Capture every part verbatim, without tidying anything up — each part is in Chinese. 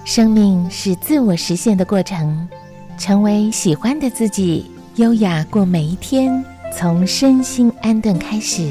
生命是自我实现的过程，成为喜欢的自己，优雅过每一天，从身心安顿开始。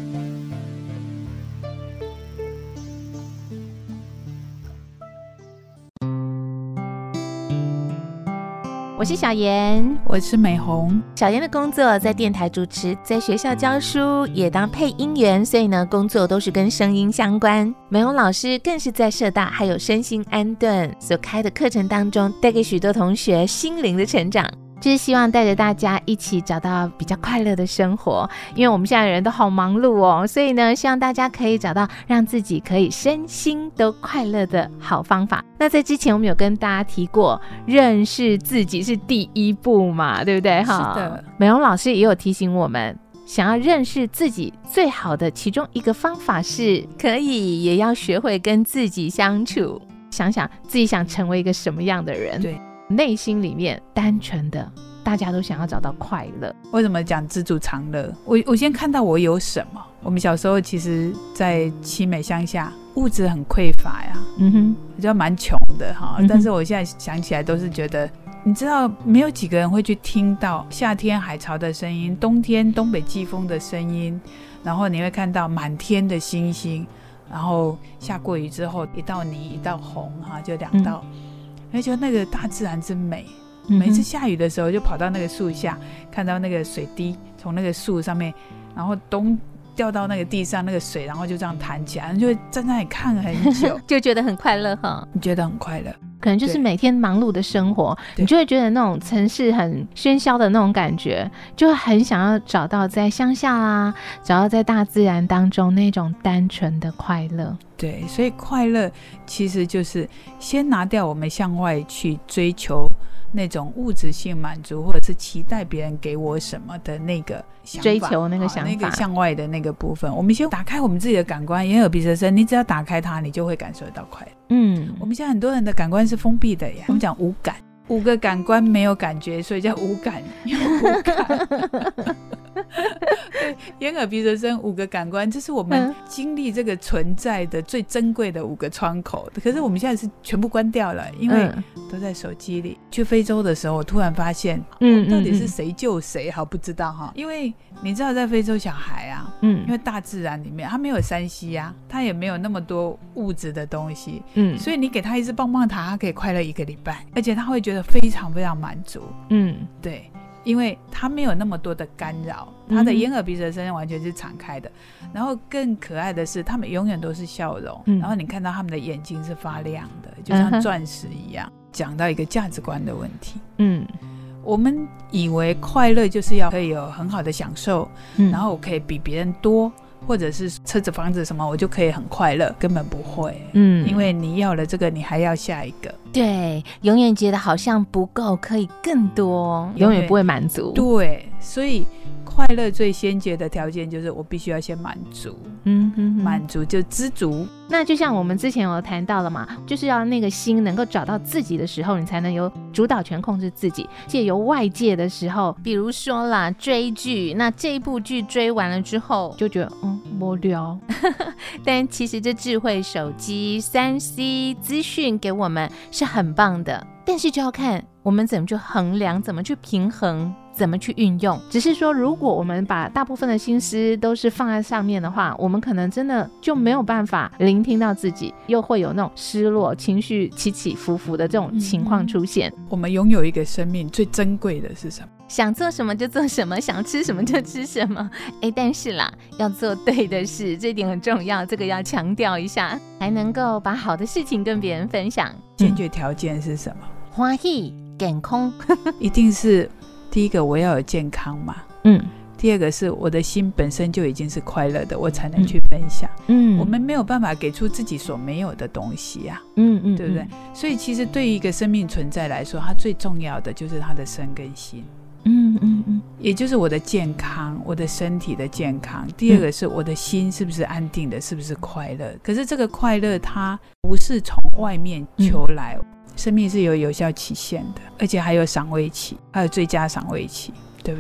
我是小妍， 我是美红。 小妍的工作在电台主持，在学校教书，也当配音员，所以呢，工作都是跟声音相关。美红老师更是在社大还有身心安顿所开的课程当中，带给许多同学心灵的成长。就是希望带着大家一起找到比较快乐的生活，因为我们现在的人都好忙碌哦，所以呢，希望大家可以找到让自己可以身心都快乐的好方法。那在之前我们有跟大家提过，认识自己是第一步嘛，对不对？ 是的， 美容老师也有提醒我们，想要认识自己最好的其中一个方法是，可以也要学会跟自己相处，想想自己想成为一个什么样的人。 对， 内心里面单纯的，大家都想要找到快乐。 为什么讲知足常乐？我我先看到我有什么。我们小时候其实在七美乡下，物质很匮乏呀，嗯哼，我觉得蛮穷的哈、嗯。但是我现在想起来都是觉得，你知道，没有几个人会去听到夏天海潮的声音，冬天东北季风的声音，然后你会看到满天的星星，然后下过雨之后，一道泥一道红哈，就两道。嗯，而且那个大自然之美，每次下雨的时候就跑到那个树下，看到那个水滴从那个树上面，然后咚掉到那个地上，那个水然后就这样弹起来，你就会站在那里看很久就觉得很快乐哈。 你觉得很快乐， 可能就是每天忙碌的生活，你就会觉得那种城市很喧嚣的那种感觉，就会很想要找到在乡下啦，找到在大自然当中那种单纯的快乐。 对，所以快乐其实就是先拿掉我们向外去追求那种物质性满足，或者是期待别人给我什么的那个想法， 追求那个想法， 那个向外的那个部分，我们先打开我们自己的感官，眼耳鼻舌身，你只要打开它，你就会感受到快乐。嗯，我们现在很多人的感官是封闭的呀，我们讲无感，五个感官没有感觉，所以叫无感。无感对，眼耳鼻舌身五个感官，这是我们经历这个存在的最珍贵的五个窗口，可是我们现在是全部关掉了，因为都在手机里。去非洲的时候我突然发现，嗯，到底是谁救谁好不知道哈，因为你知道在非洲小孩啊，嗯，因为大自然里面他没有三 C 啊，他也没有那么多物质的东西，嗯，所以你给他一只棒棒糖，他可以快乐一个礼拜，而且他会觉得非常非常满足。嗯，对，因为他没有那么多的干扰，他的眼耳鼻舌身完全是敞开的，然后更可爱的是他们永远都是笑容，嗯，然后你看到他们的眼睛是发亮的，就像钻石一样。讲到一个价值观的问题，嗯，我们以为快乐就是要可以有很好的享受，嗯，然后我可以比别人多，或者是车子房子什么我就可以很快乐，根本不会，嗯，因为你要了这个你还要下一个， 对，永远觉得好像不够，可以更多，永远不会满足。 对，所以快乐最先决的条件就是我必须要先满足，嗯哼哼，满足就知足。 那就像我们之前有谈到了嘛，就是要那个心能够找到自己的时候，你才能有主导权控制自己。借由外界的时候，比如说啦追剧，那这一部剧追完了之后就觉得嗯无聊但其实这智慧手机 三 C 资讯给我们是很棒的，但是就要看我们怎么去衡量，怎么去平衡，怎么去运用。只是说如果我们把大部分的心思都是放在上面的话，我们可能真的就没有办法聆听到自己，又会有那种失落情绪起起伏伏的这种情况出现、嗯、 我们拥有一个生命最珍贵的是什么？ 想做什么就做什么，想吃什么就吃什么。哎，但是啦，要做对的事，这点很重要，这个要强调一下，还能够把好的事情跟别人分享。 先决条件是什么？ 欢喜健康一定是第一个我要有健康嘛，嗯，第二个是我的心本身就已经是快乐的，我才能去分享，嗯，我们没有办法给出自己所没有的东西啊，嗯嗯，对不对？所以其实对于一个生命存在来说，它最重要的就是它的身跟心，嗯嗯嗯，也就是我的健康，我的身体的健康。第二个是我的心是不是安定的，是不是快乐？可是这个快乐它不是从外面求来，嗯，生命是有有效期限的，而且还有赏味期，还有最佳赏味期，对不对？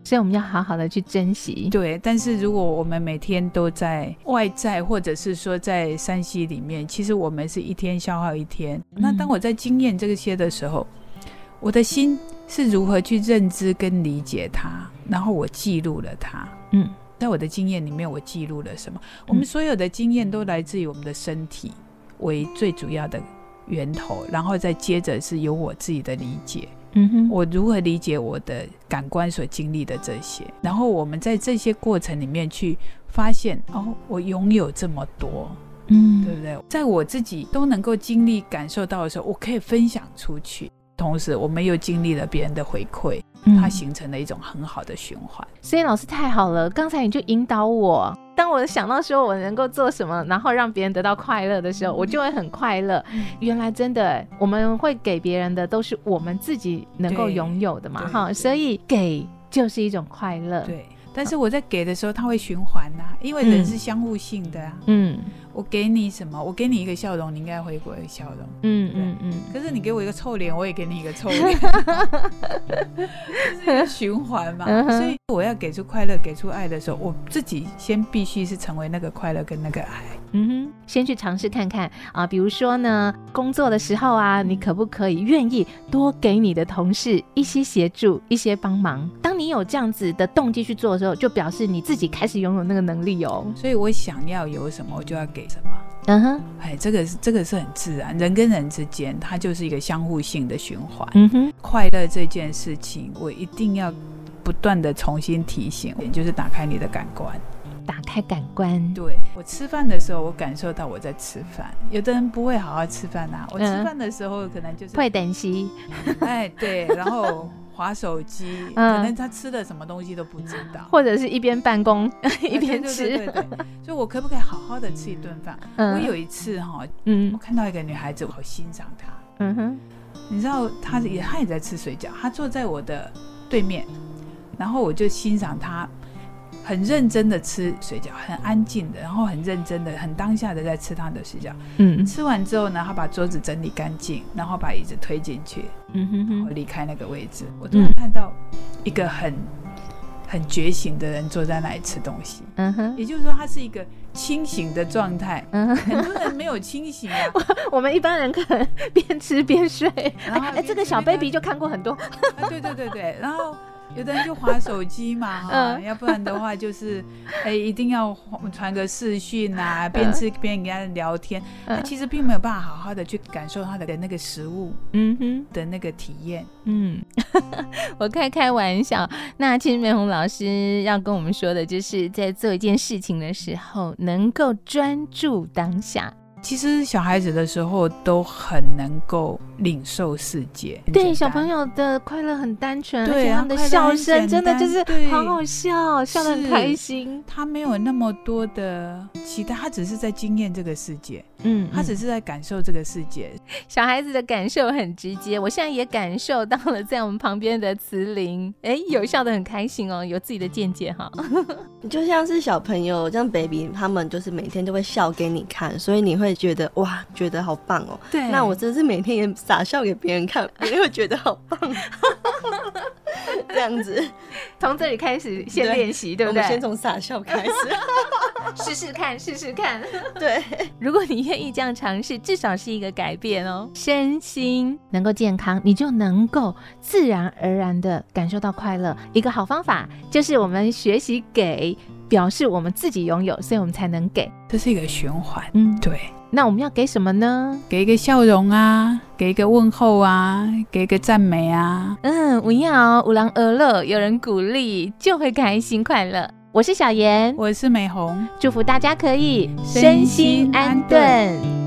所以我们要好好的去珍惜。 对，但是如果我们每天都在外在，或者是说在山西里面，其实我们是一天消耗一天、嗯、那当我在经验这些的时候，我的心是如何去认知跟理解它，然后我记录了它。嗯，在我的经验里面我记录了什么、嗯、我们所有的经验都来自于我们的身体为最主要的源头，然后再接着是由我自己的理解。嗯哼，我如何理解我的感官所经历的这些，然后我们在这些过程里面去发现，哦，我拥有这么多，嗯，对不对？在我自己都能够经历感受到的时候，我可以分享出去，同时我们又经历了别人的回馈，它形成了一种很好的循环。 所以老师太好了，刚才你就引导我，当我想到说我能够做什么然后让别人得到快乐的时候，我就会很快乐、嗯、原来真的我们会给别人的都是我们自己能够拥有的嘛，哈，所以给就是一种快乐。 对，但是我在给的时候它会循环啊，因为人是相互性的啊。嗯，我给你什么，我给你一个笑容，你应该回过一个笑容。嗯嗯嗯。可是你给我一个臭脸，我也给你一个臭脸，这是一个循环嘛。所以我要给出快乐、给出爱的时候，我自己先必须是成为那个快乐跟那个爱。 嗯哼，先去尝试看看啊，比如说呢，工作的时候啊，你可不可以愿意多给你的同事一些协助、一些帮忙？当你有这样子的动机去做的时候，就表示你自己开始拥有那个能力哦。 所以我想要有什么，我就要给什么。嗯哼，哎，这个是这个是很自然，人跟人之间，它就是一个相互性的循环。嗯哼，快乐这件事情，我一定要不断的重新提醒，也就是打开你的感官。 打开感官。 对，我吃饭的时候我感受到我在吃饭，有的人不会好好吃饭啊，我吃饭的时候可能就是会等息哎对，然后滑手机、嗯、可能他吃了什么东西都不知道， 或者是一边办公一边吃。 对对对对，所以我可不可以好好的吃一顿饭、嗯、我有一次、嗯、我看到一个女孩子，我好欣赏她。嗯哼，你知道她也她也在吃水饺，她坐在我的对面，然后我就欣赏她很认真的吃水饺，很安静的，然后很认真的很当下的在吃他的水饺。嗯，吃完之后呢，他把桌子整理干净，然后把椅子推进去，嗯哼哼，然后离开那个位置。我突然看到一个很很觉醒的人坐在那里吃东西。嗯哼，也就是说他是一个清醒的状态。嗯哼，很多人没有清醒啊。 我们一般人可能边吃边睡。然后哎、欸，这个小 baby 就看过很多。 啊，对对对对，然后。有的人就滑手机嘛、嗯、要不然的话就是哎，一定要传个视讯啊，边吃边跟人家聊天、嗯、他其实并没有办法好好的去感受他的那个食物嗯哼的那个体验。嗯， 我开开玩笑，那其实美红老师要跟我们说的就是在做一件事情的时候能够专注当下。 其实小孩子的时候都很能够领受世界， 对，小朋友的快乐很单纯，对，而且他们的笑声真的就是好好笑，笑得很开心。 他没有那么多的期待，他只是在经验这个世界，嗯，他只是在感受这个世界。 小孩子的感受很直接，我现在也感受到了，在我们旁边的慈玲，哎，有笑得很开心哦，有自己的见解哈。 就像是小朋友，像 baby 他们就是每天都会笑给你看，所以你会觉得哇，觉得好棒哦。对，那我真是每天也傻笑给别人看，别人会觉得好棒。这样子， 从这里开始先练习， 对, 对不对？ 我们先从傻笑开始， 试试看，试试看。 对， 如果你愿意这样尝试，至少是一个改变哦。身心能够健康，你就能够自然而然的感受到快乐。一个好方法就是我们学习给，表示我们自己拥有，所以我们才能给。 这是一个循环。嗯，对。 那我们要给什么呢？ 给一个笑容啊，给一个问候啊，给一个赞美啊。 嗯，我要有人而乐，有人鼓励，就会开心快乐。我是小妍， 我是美红， 祝福大家可以身心安顿。